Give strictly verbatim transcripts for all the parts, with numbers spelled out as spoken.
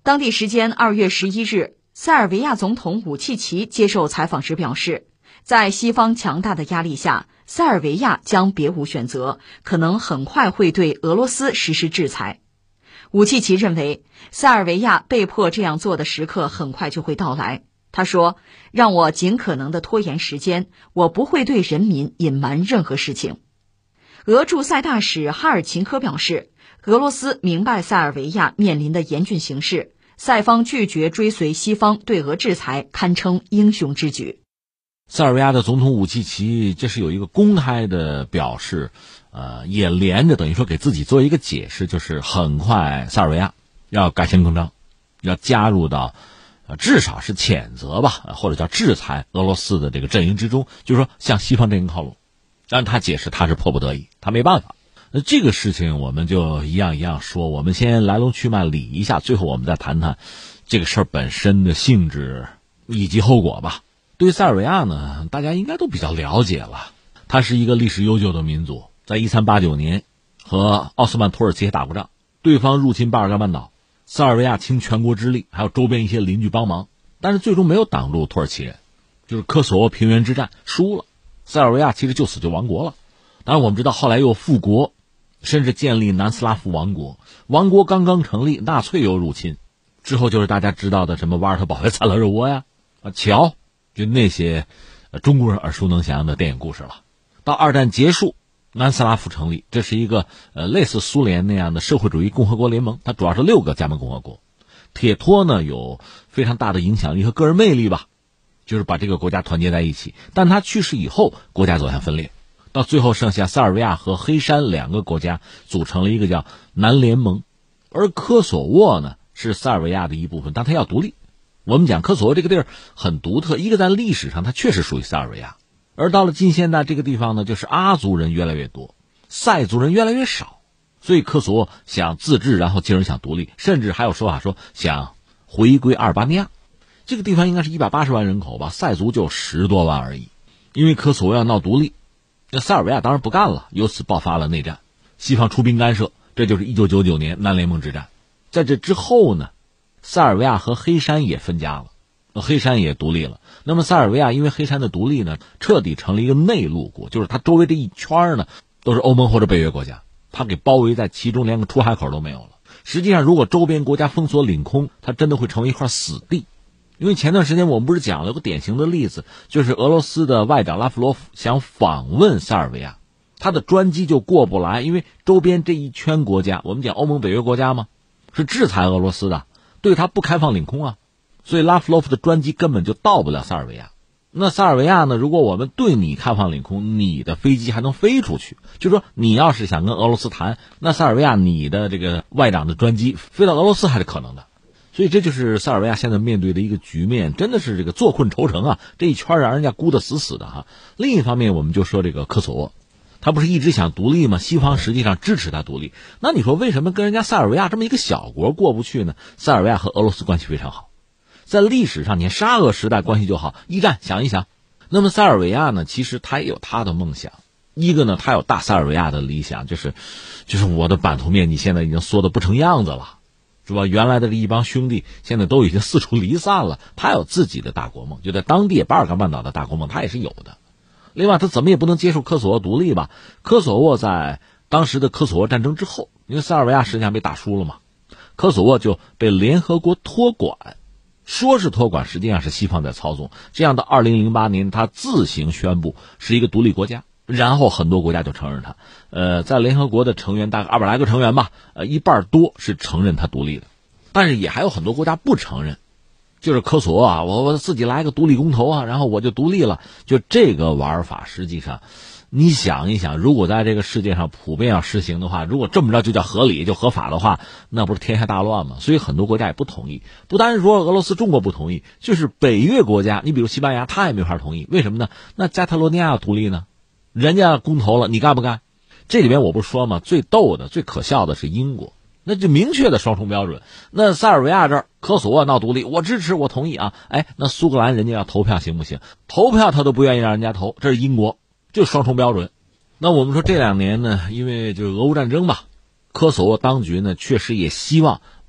当地时间二月十一日，塞尔维亚总统武契奇接受采访时表示，在西方强大的压力下，塞尔维亚将别无选择，可能很快会对俄罗斯实施制裁。武契奇认为，塞尔维亚被迫这样做的时刻很快就会到来。他说，让我尽可能的拖延时间，我不会对人民隐瞒任何事情。俄驻塞大使哈尔琴科表示，俄罗斯明白塞尔维亚面临的严峻形势，塞方拒绝追随西方对俄制裁，堪称英雄之举。 塞尔维亚的总统武契奇这是有一个公开的表示，呃，也连着等于说给自己做一个解释，就是很快塞尔维亚要改弦更张，要加入到呃至少是谴责吧，或者叫制裁俄罗斯的这个阵营之中，就是说向西方阵营靠拢。但他解释他是迫不得已，他没办法。那这个事情我们就一样一样说，我们先来龙去脉理一下，最后我们再谈谈这个事儿本身的性质以及后果吧。对于塞尔维亚呢，大家应该都比较了解了，它是一个历史悠久的民族，在一三八九年和奥斯曼土耳其打过仗，对方入侵巴尔干半岛，塞尔维亚倾全国之力，还有周边一些邻居帮忙，但是最终没有挡住土耳其人，就是科索沃平原之战输了，塞尔维亚其实就此就亡国了。当然我们知道后来又复国，甚至建立南斯拉夫王国，王国刚刚成立，纳粹又入侵，之后就是大家知道的什么瓦尔特保卫萨勒热窝呀，啊乔，就那些中国人耳熟能详的电影故事了。到二战结束，南斯拉夫成立，这是一个呃类似苏联那样的社会主义共和国联盟，它主要是六个加盟共和国。铁托呢有非常大的影响力和个人魅力吧，就是把这个国家团结在一起。但他去世以后，国家走向分裂，到最后剩下塞尔维亚和黑山两个国家组成了一个叫南联盟。而科索沃呢是塞尔维亚的一部分，但它要独立。我们讲科索沃这个地儿很独特，一个在历史上它确实属于塞尔维亚，而到了近现代这个地方呢，就是阿族人越来越多，塞族人越来越少，所以科索沃想自治，然后进而想独立，甚至还有说法说想回归阿尔巴尼亚。这个地方应该是一百八十万人口吧，塞族就十多万而已。因为科索沃要闹独立，那塞尔维亚当然不干了，由此爆发了内战，西方出兵干涉，这就是一九九九年南联盟之战。在这之后呢，塞尔维亚和黑山也分家了，黑山也独立了。那么塞尔维亚因为黑山的独立呢，彻底成了一个内陆国，就是它周围这一圈呢都是欧盟或者北约国家，它给包围在其中，连个出海口都没有了。实际上如果周边国家封锁领空，它真的会成为一块死地。因为前段时间我们不是讲了个典型的例子，就是俄罗斯的外长拉夫罗夫想访问塞尔维亚，他的专机就过不来，因为周边这一圈国家，我们讲欧盟北约国家嘛，是制裁俄罗斯的，对他不开放领空啊，所以拉夫罗夫的专机根本就到不了塞尔维亚。那塞尔维亚呢，如果我们对你开放领空，你的飞机还能飞出去，就是说你要是想跟俄罗斯谈，那塞尔维亚你的这个外长的专机飞到俄罗斯还是可能的。所以这就是塞尔维亚现在面对的一个局面，真的是这个坐困愁城啊，这一圈让人家箍得死死的哈。另一方面我们就说这个科索沃，他不是一直想独立吗？西方实际上支持他独立，那你说为什么跟人家塞尔维亚这么一个小国过不去呢？塞尔维亚和俄罗斯关系非常好，在历史上你看沙俄时代关系就好，一战想一想。那么塞尔维亚呢，其实他也有他的梦想，一个呢他有大塞尔维亚的理想，就是就是我的版图面积现在已经缩得不成样子了，是吧？原来的这一帮兄弟现在都已经四处离散了，他有自己的大国梦，就在当地巴尔干半岛的大国梦他也是有的。另外他怎么也不能接受科索沃独立吧，科索沃在当时的科索沃战争之后，因为塞尔维亚实际上被打输了嘛，科索沃就被联合国托管，说是托管，实际上是西方在操纵。这样到二零零八年他自行宣布是一个独立国家，然后很多国家就承认他。呃，在联合国的成员大概二百来个成员吧，呃，一半多是承认他独立的，但是也还有很多国家不承认。就是科索沃啊，我我自己来个独立公投啊，然后我就独立了。就这个玩法，实际上你想一想，如果在这个世界上普遍要实行的话，如果这么着就叫合理就合法的话，那不是天下大乱吗？所以很多国家也不同意，不单是说俄罗斯中国不同意，就是北约国家，你比如西班牙他也没法同意。为什么呢？那加泰罗尼亚要独立呢，人家公投了，你干不干？这里面我不是说吗，最逗的最可笑的是英国，那就明确的双重标准。那塞尔维亚这儿科索沃闹独立，我支持我同意啊，哎，那苏格兰人家要投票行不行？投票他都不愿意让人家投，这是英国，就双重标准。那我们说这两年呢，因为就是俄乌战争吧，科索沃当局呢确实也希望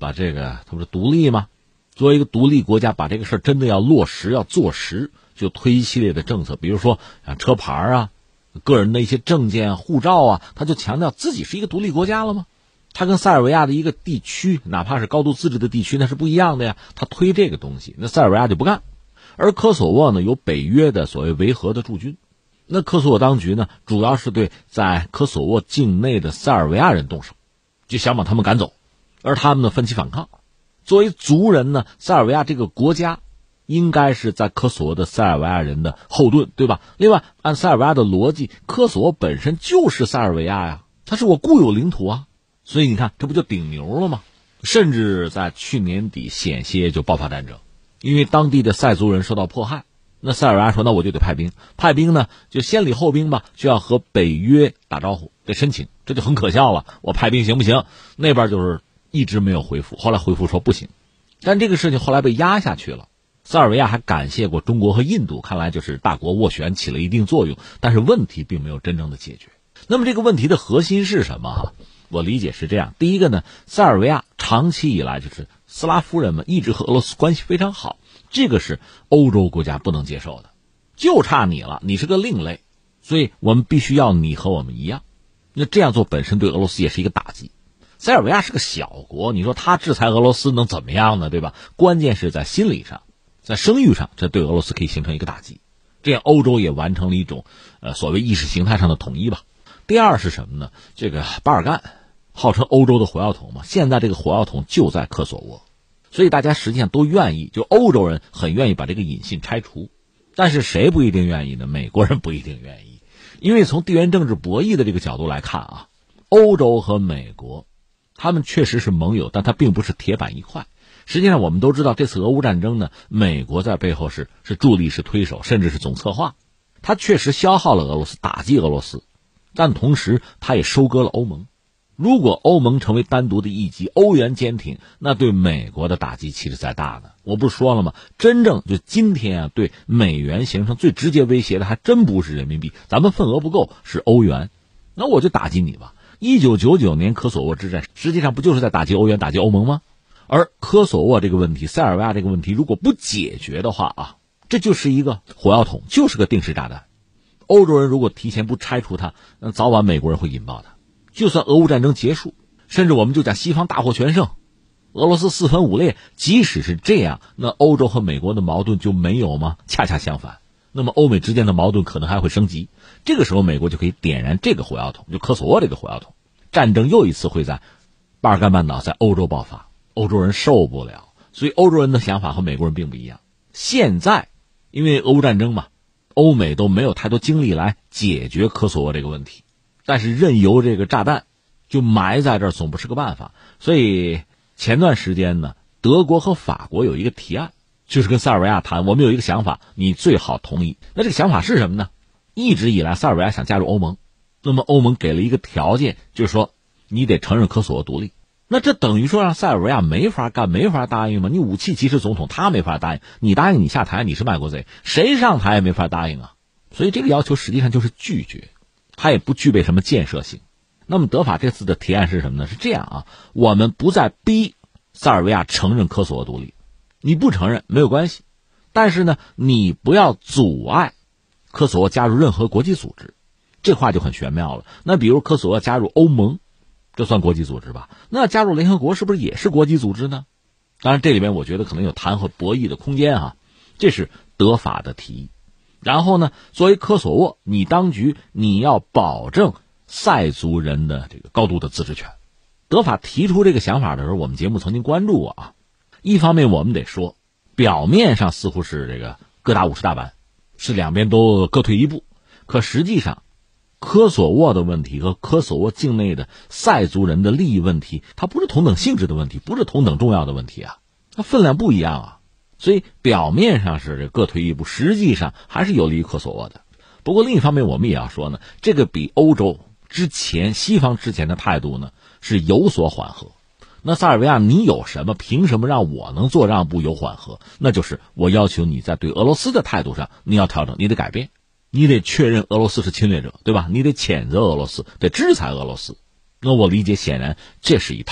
把这个它不是独立吗？作为一个独立国家，把这个事儿真的要落实，要做实，就推一系列的政策，比如说啊车牌啊、个人的一些证件、护照啊，他就强调自己是一个独立国家了吗？他跟塞尔维亚的一个地区，哪怕是高度自治的地区，那是不一样的呀。他推这个东西，那塞尔维亚就不干。而科索沃呢，有北约的所谓维和的驻军，那科索沃当局呢，主要是对在科索沃境内的塞尔维亚人动手，就想把他们赶走，而他们呢奋起反抗。作为族人呢，塞尔维亚这个国家应该是在科索沃的塞尔维亚人的后盾，对吧？另外，按塞尔维亚的逻辑，科索沃本身就是塞尔维亚呀，它是我固有领土啊，所以你看，这不就顶牛了吗？甚至在去年底险些就爆发战争，因为当地的塞族人受到迫害。那塞尔维亚说，那我就得派兵，派兵呢就先礼后兵吧，就要和北约打招呼，得申请，这就很可笑了。我派兵行不行？那边就是一直没有回复，后来回复说不行。但这个事情后来被压下去了。塞尔维亚还感谢过中国和印度，看来就是大国斡旋起了一定作用，但是问题并没有真正的解决。那么这个问题的核心是什么哈？我理解是这样，第一个呢，塞尔维亚长期以来就是斯拉夫人们一直和俄罗斯关系非常好，这个是欧洲国家不能接受的，就差你了，你是个另类，所以我们必须要你和我们一样。那这样做本身对俄罗斯也是一个打击。塞尔维亚是个小国，你说他制裁俄罗斯能怎么样呢，对吧？关键是在心理上，在声誉上，这对俄罗斯可以形成一个打击。这样欧洲也完成了一种呃所谓意识形态上的统一吧。第二是什么呢？这个巴尔干号称欧洲的火药桶嘛，现在这个火药桶就在科索沃，所以大家实际上都愿意，就欧洲人很愿意把这个引信拆除。但是谁不一定愿意呢？美国人不一定愿意，因为从地缘政治博弈的这个角度来看啊，欧洲和美国他们确实是盟友，但它并不是铁板一块。实际上我们都知道，这次俄乌战争呢，美国在背后是是助力、是推手，甚至是总策划。它确实消耗了俄罗斯，打击俄罗斯，但同时它也收割了欧盟。如果欧盟成为单独的一极，欧元坚挺，那对美国的打击其实再大呢。我不是说了吗？真正就今天啊，对美元形成最直接威胁的还真不是人民币，咱们份额不够，是欧元。那我就打击你吧。一九九九年科索沃之战，实际上不就是在打击欧元、打击欧盟吗？而科索沃这个问题，塞尔维亚这个问题，如果不解决的话啊，这就是一个火药桶，就是个定时炸弹。欧洲人如果提前不拆除它，那早晚美国人会引爆它。就算俄乌战争结束，甚至我们就讲西方大获全胜，俄罗斯四分五裂，即使是这样，那欧洲和美国的矛盾就没有吗？恰恰相反，那么欧美之间的矛盾可能还会升级。这个时候美国就可以点燃这个火药桶，就科索沃这个火药桶，战争又一次会在巴尔干半岛在欧洲爆发，欧洲人受不了。所以欧洲人的想法和美国人并不一样。现在因为俄乌战争嘛，欧美都没有太多精力来解决科索沃这个问题，但是任由这个炸弹就埋在这儿总不是个办法。所以前段时间呢，德国和法国有一个提案，就是跟塞尔维亚谈，我们有一个想法，你最好同意。那这个想法是什么呢？一直以来塞尔维亚想加入欧盟，那么欧盟给了一个条件，就是说你得承认科索沃独立。那这等于说让塞尔维亚没法干，没法答应吗？你武契奇是总统，他没法答应，你答应你下台，你是卖国贼，谁上台也没法答应啊。所以这个要求实际上就是拒绝，它也不具备什么建设性。那么德法这次的提案是什么呢？是这样啊，我们不再逼塞尔维亚承认科索沃独立，你不承认没有关系，但是呢，你不要阻碍科索沃加入任何国际组织。这话就很玄妙了。那比如科索沃加入欧盟，这算国际组织吧？那加入联合国是不是也是国际组织呢？当然这里面我觉得可能有谈和博弈的空间啊，这是德法的提议。然后呢，作为科索沃，你当局你要保证塞族人的这个高度的自治权。德法提出这个想法的时候，我们节目曾经关注过啊。一方面我们得说，表面上似乎是这个各打五十大板，是两边都各退一步，可实际上科索沃的问题和科索沃境内的塞族人的利益问题，它不是同等性质的问题，不是同等重要的问题啊，它分量不一样啊。所以表面上是各退一步，实际上还是有利于科索沃的。不过另一方面我们也要说呢，这个比欧洲之前西方之前的态度呢是有所缓和。那塞尔维亚你有什么，凭什么让我能做让步有缓和？那就是我要求你在对俄罗斯的态度上你要调整，你得改变，你得确认俄罗斯是侵略者，对吧？你得谴责俄罗斯，得制裁俄罗斯。那我理解显然这是一套。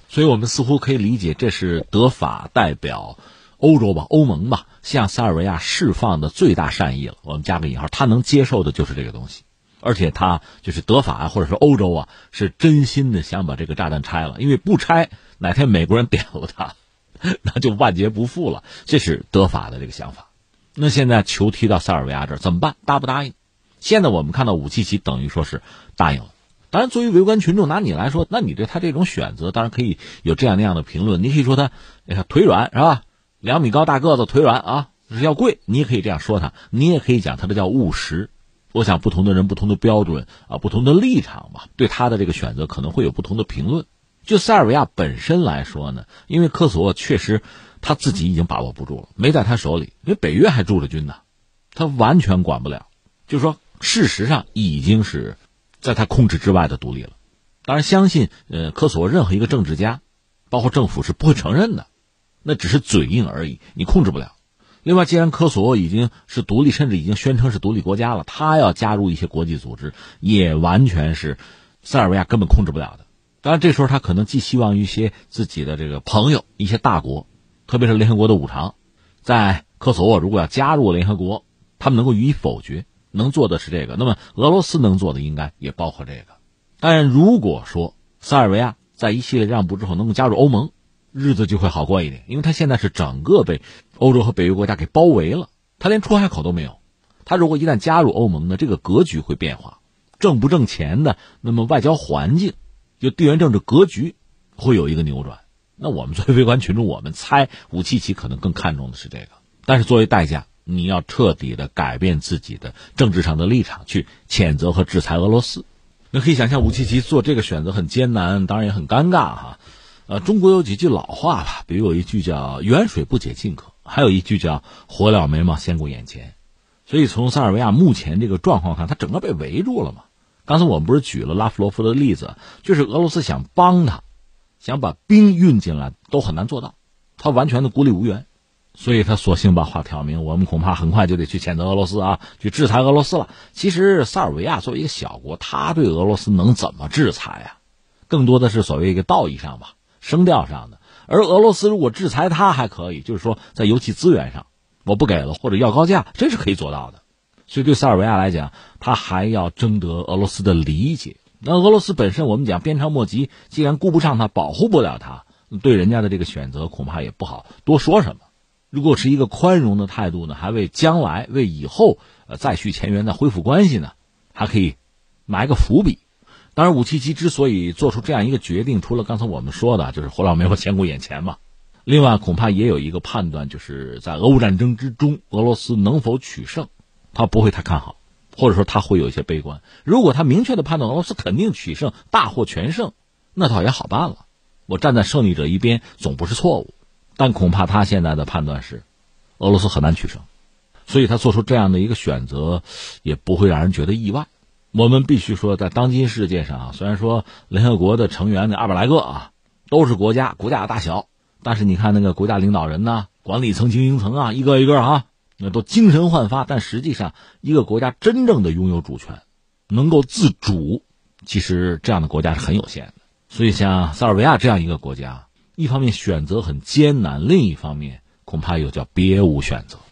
所以我们似乎可以理解，这是德法代表欧洲吧，欧盟吧，向塞尔维亚释放的最大善意了。我们加个引号，他能接受的就是这个东西，而且他就是德法啊，或者说欧洲啊，是真心的想把这个炸弹拆了，因为不拆，哪天美国人点了它，那就万劫不复了。这是德法的这个想法。那现在球踢到塞尔维亚这儿怎么办？答不答应？现在我们看到武契奇等于说是答应了。当然，作为围观群众，拿你来说，那你对他这种选择，当然可以有这样那样的评论。你可以说他，哎呀，腿软是吧？两米高大个子，腿软啊，是要跪。你也可以这样说他，你也可以讲他这叫务实。我想，不同的人、不同的标准啊，不同的立场吧，对他的这个选择可能会有不同的评论。就塞尔维亚本身来说呢，因为科索沃确实他自己已经把握不住了，没在他手里，因为北约还驻着军呢，他完全管不了。就是说，事实上已经是在他控制之外的独立了。当然，相信呃科索沃任何一个政治家，包括政府是不会承认的，那只是嘴硬而已，你控制不了。另外，既然科索沃已经是独立，甚至已经宣称是独立国家了，他要加入一些国际组织，也完全是塞尔维亚根本控制不了的。当然，这时候他可能寄希望于一些自己的这个朋友，一些大国，特别是联合国的五常，在科索沃如果要加入联合国，他们能够予以否决，能做的是这个。那么俄罗斯能做的应该也包括这个。但如果说塞尔维亚在一系列让步之后能够加入欧盟，日子就会好过一点，因为他现在是整个被欧洲和北约国家给包围了，他连出海口都没有。他如果一旦加入欧盟呢，这个格局会变化，挣不挣钱的，那么外交环境，就地缘政治格局会有一个扭转。那我们作为围观群众，我们猜武契奇可能更看重的是这个，但是作为代价，你要彻底的改变自己的政治上的立场，去谴责和制裁俄罗斯。那可以想象武契奇做这个选择很艰难，当然也很尴尬哈。呃，中国有几句老话吧，比如有一句叫远水不解近渴，还有一句叫火燎眉毛先顾眼前。所以从塞尔维亚目前这个状况看，他整个被围住了嘛。刚才我们不是举了拉夫罗夫的例子，就是俄罗斯想帮他，想把兵运进来都很难做到，他完全的孤立无援。所以他索性把话挑明，我们恐怕很快就得去谴责俄罗斯啊，去制裁俄罗斯了。其实塞尔维亚作为一个小国，他对俄罗斯能怎么制裁啊？更多的是所谓一个道义上吧，声调上的。而俄罗斯如果制裁他还可以，就是说在油气资源上我不给了，或者要高价，这是可以做到的。所以对塞尔维亚来讲，他还要征得俄罗斯的理解。那俄罗斯本身我们讲鞭长莫及，既然顾不上他，保护不了他，对人家的这个选择恐怕也不好多说什么。如果是一个宽容的态度呢，还为将来为以后呃再续前缘的恢复关系呢，还可以埋个伏笔。当然武契奇之所以做出这样一个决定，除了刚才我们说的就是火燎眉毛先顾眼前嘛，另外恐怕也有一个判断，就是在俄乌战争之中俄罗斯能否取胜，他不会太看好，或者说他会有一些悲观。如果他明确的判断俄罗斯肯定取胜，大获全胜，那倒也好办了，我站在胜利者一边总不是错误。但恐怕他现在的判断是俄罗斯很难取胜，所以他做出这样的一个选择也不会让人觉得意外。我们必须说，在当今世界上啊，虽然说联合国的成员那二百来个啊都是国家，国家的大小，但是你看那个国家领导人呢，管理层、经营层啊，一个一个啊，那都精神焕发。但实际上一个国家真正的拥有主权，能够自主，其实这样的国家是很有限的。所以像塞尔维亚这样一个国家，一方面选择很艰难，另一方面恐怕又叫别无选择。